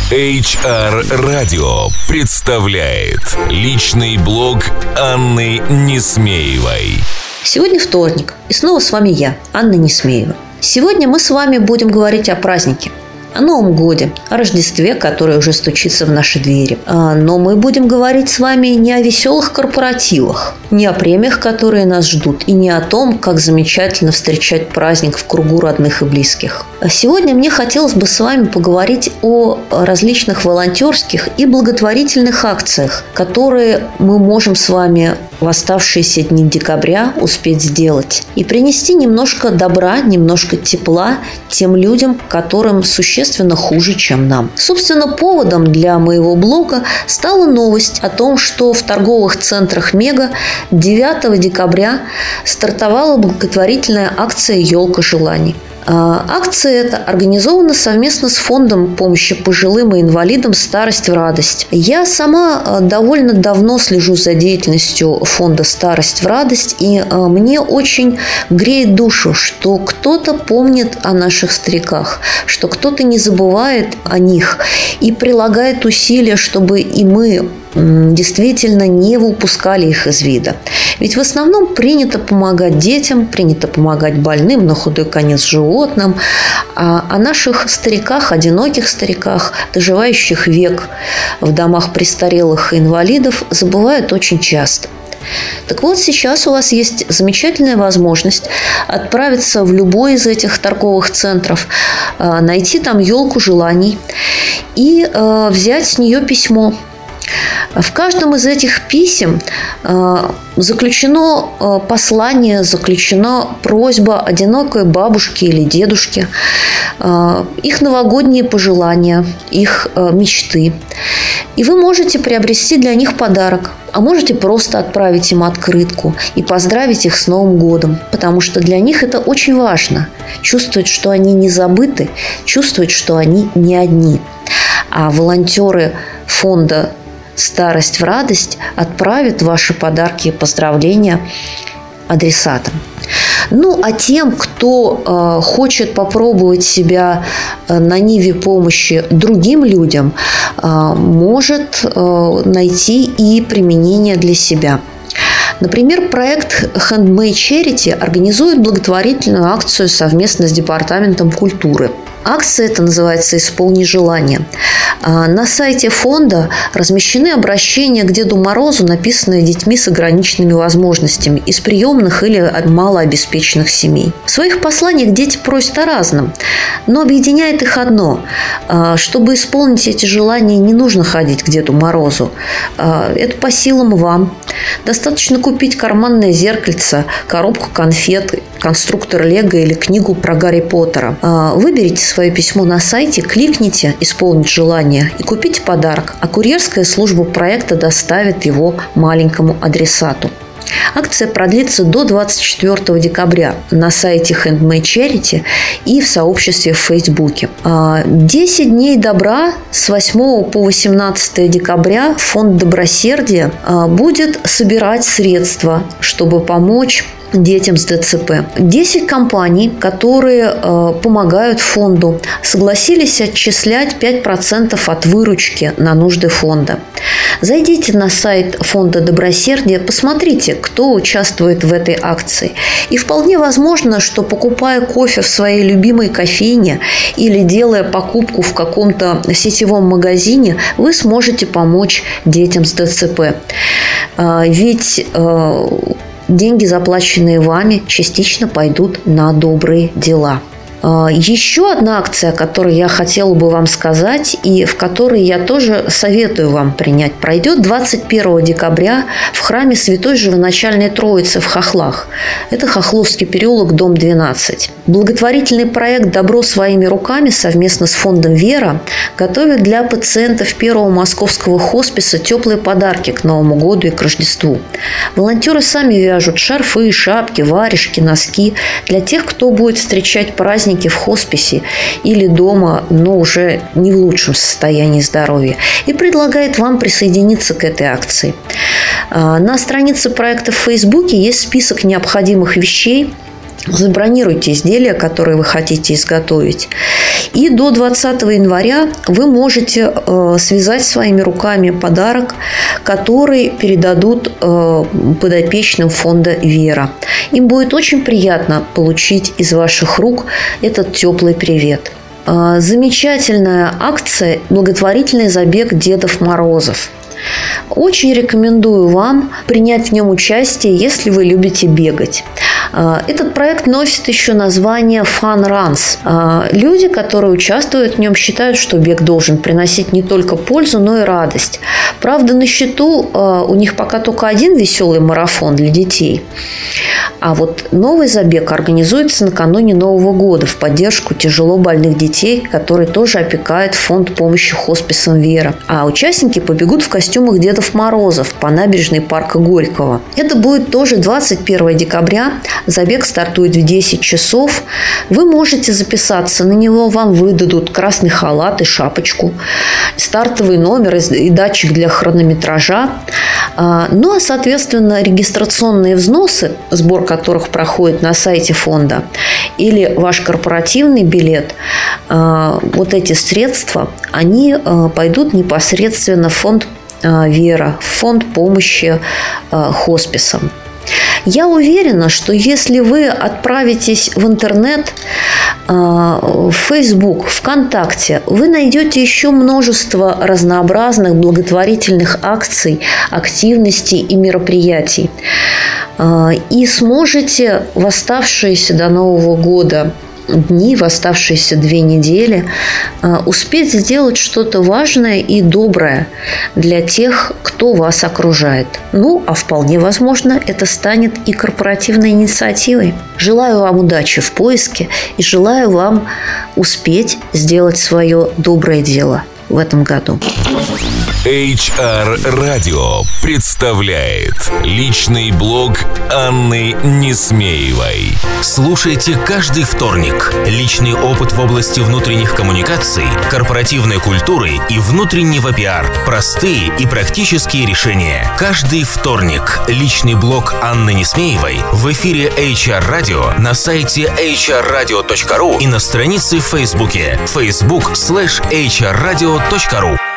HR Radio представляет личный блог Анны Несмеевой. Сегодня вторник, и снова с вами я, Анна Несмеева. Сегодня мы с вами будем говорить о празднике, о Новом годе, о Рождестве, которое уже стучится в наши двери. Но мы будем говорить с вами не о веселых корпоративах, не о премиях, которые нас ждут, и не о том, как замечательно встречать праздник в кругу родных и близких. Сегодня мне хотелось бы с вами поговорить о различных волонтерских и благотворительных акциях, которые мы можем с вами в оставшиеся дни декабря успеть сделать и принести немножко добра, немножко тепла тем людям, которым существенно хуже, чем нам. Собственно, поводом для моего блога стала новость о том, что в торговых центрах Мега 9 декабря стартовала благотворительная акция «Елка желаний». Акция эта организована совместно с фондом помощи пожилым и инвалидам «Старость в радость». Я сама довольно давно слежу за деятельностью фонда «Старость в радость», и мне очень греет душу, что кто-то помнит о наших стариках, что кто-то не забывает о них и прилагает усилия, чтобы и мы действительно не выпускали их из вида. Ведь в основном принято помогать детям, принято помогать больным, на худой конец животным, а о наших стариках, одиноких стариках, доживающих век в домах престарелых и инвалидов, забывают очень часто. Так вот, сейчас у вас есть замечательная возможность отправиться в любой из этих торговых центров, найти там елку желаний и взять с нее письмо. В каждом из этих писем заключено послание, заключена просьба одинокой бабушки или дедушки, их новогодние пожелания, их мечты. И вы можете приобрести для них подарок, а можете просто отправить им открытку и поздравить их с Новым годом, потому что для них это очень важно – чувствовать, что они не забыты, чувствовать, что они не одни. А волонтеры фонда «Старость в радость» отправит ваши подарки и поздравления адресатам. Ну, а тем, кто хочет попробовать себя на ниве помощи другим людям, может найти и применение для себя. Например, проект Handmade Charity организует благотворительную акцию совместно с Департаментом культуры. Акция эта называется «Исполни желание». На сайте фонда размещены обращения к Деду Морозу, написанные детьми с ограниченными возможностями из приемных или малообеспеченных семей. В своих посланиях дети просят о разном, но объединяет их одно. Чтобы исполнить эти желания, не нужно ходить к Деду Морозу. Это по силам вам. Достаточно купить карманное зеркальце, коробку конфет, конструктор Лего или книгу про Гарри Поттера. Выберите свое письмо на сайте, кликните «Исполнить желание» и купите подарок, а курьерская служба проекта доставит его маленькому адресату. Акция продлится до 24 декабря на сайте Handmade Charity и в сообществе в Фейсбуке. 10 дней добра с 8 по 18 декабря фонд добросердия будет собирать средства, чтобы помочь детям с ДЦП. 10 компаний, которые помогают фонду, согласились отчислять 5% от выручки на нужды фонда. Зайдите на сайт фонда добросердия, посмотрите, кто участвует в этой акции. И вполне возможно, что покупая кофе в своей любимой кофейне или делая покупку в каком-то сетевом магазине, вы сможете помочь детям с ДЦП. Ведь деньги, заплаченные вами, частично пойдут на добрые дела. Еще одна акция, о которой я хотела бы вам сказать и в которой я тоже советую вам принять, пройдет 21 декабря в храме Святой Живоначальной Троицы в Хохлах. Это Хохловский переулок, дом 12. Благотворительный проект «Добро своими руками» совместно с фондом «Вера» готовит для пациентов первого московского хосписа теплые подарки к Новому году и к Рождеству. Волонтеры сами вяжут шарфы, шапки, варежки, носки для тех, кто будет встречать праздники в хосписе или дома, но уже не в лучшем состоянии здоровья, и предлагает вам присоединиться к этой акции. На странице проекта в Фейсбуке есть список необходимых вещей, Забронируйте изделия, которые вы хотите изготовить. И до 20 января вы можете связать своими руками подарок, который передадут подопечным фонда «Вера». Им будет очень приятно получить из ваших рук этот теплый привет. Замечательная акция – благотворительный забег Дедов Морозов. Очень рекомендую вам принять в нем участие, если вы любите бегать. Этот проект носит еще название Fun Runs. Люди, которые участвуют в нем, считают, что бег должен приносить не только пользу, но и радость. Правда, на счету у них пока только один веселый марафон для детей. А вот новый забег организуется накануне Нового года в поддержку тяжело больных детей, которые тоже опекает фонд помощи хосписам «Вера». А участники побегут в костюмах Дедов Морозов по набережной парка Горького. Это будет тоже 21 декабря. Забег стартует в 10 часов. Вы можете записаться на него. Вам выдадут красный халат и шапочку, стартовый номер и датчик для хронометража. Ну, а, соответственно, регистрационные взносы, сбор которых проходит на сайте фонда, или ваш корпоративный билет, вот эти средства, они пойдут непосредственно в фонд «Вера», в фонд помощи хосписам. Я уверена, что если вы отправитесь в интернет, в Facebook, ВКонтакте, вы найдете еще множество разнообразных благотворительных акций, активностей и мероприятий. И сможете в оставшиеся до Нового года дни, в оставшиеся 2 недели успеть сделать что-то важное и доброе для тех, кто вас окружает. Ну, а вполне возможно, это станет и корпоративной инициативой. Желаю вам удачи в поиске и желаю вам успеть сделать свое доброе дело в этом году. HR Radio представляет личный блог Анны Несмеевой. Слушайте каждый вторник. Личный опыт в области внутренних коммуникаций, корпоративной культуры и внутреннего пиар. Простые и практические решения. Каждый вторник. Личный блог Анны Несмеевой в эфире HR Radio на сайте hrradio.ru и на странице в Фейсбуке facebook.com/hrradio.ru.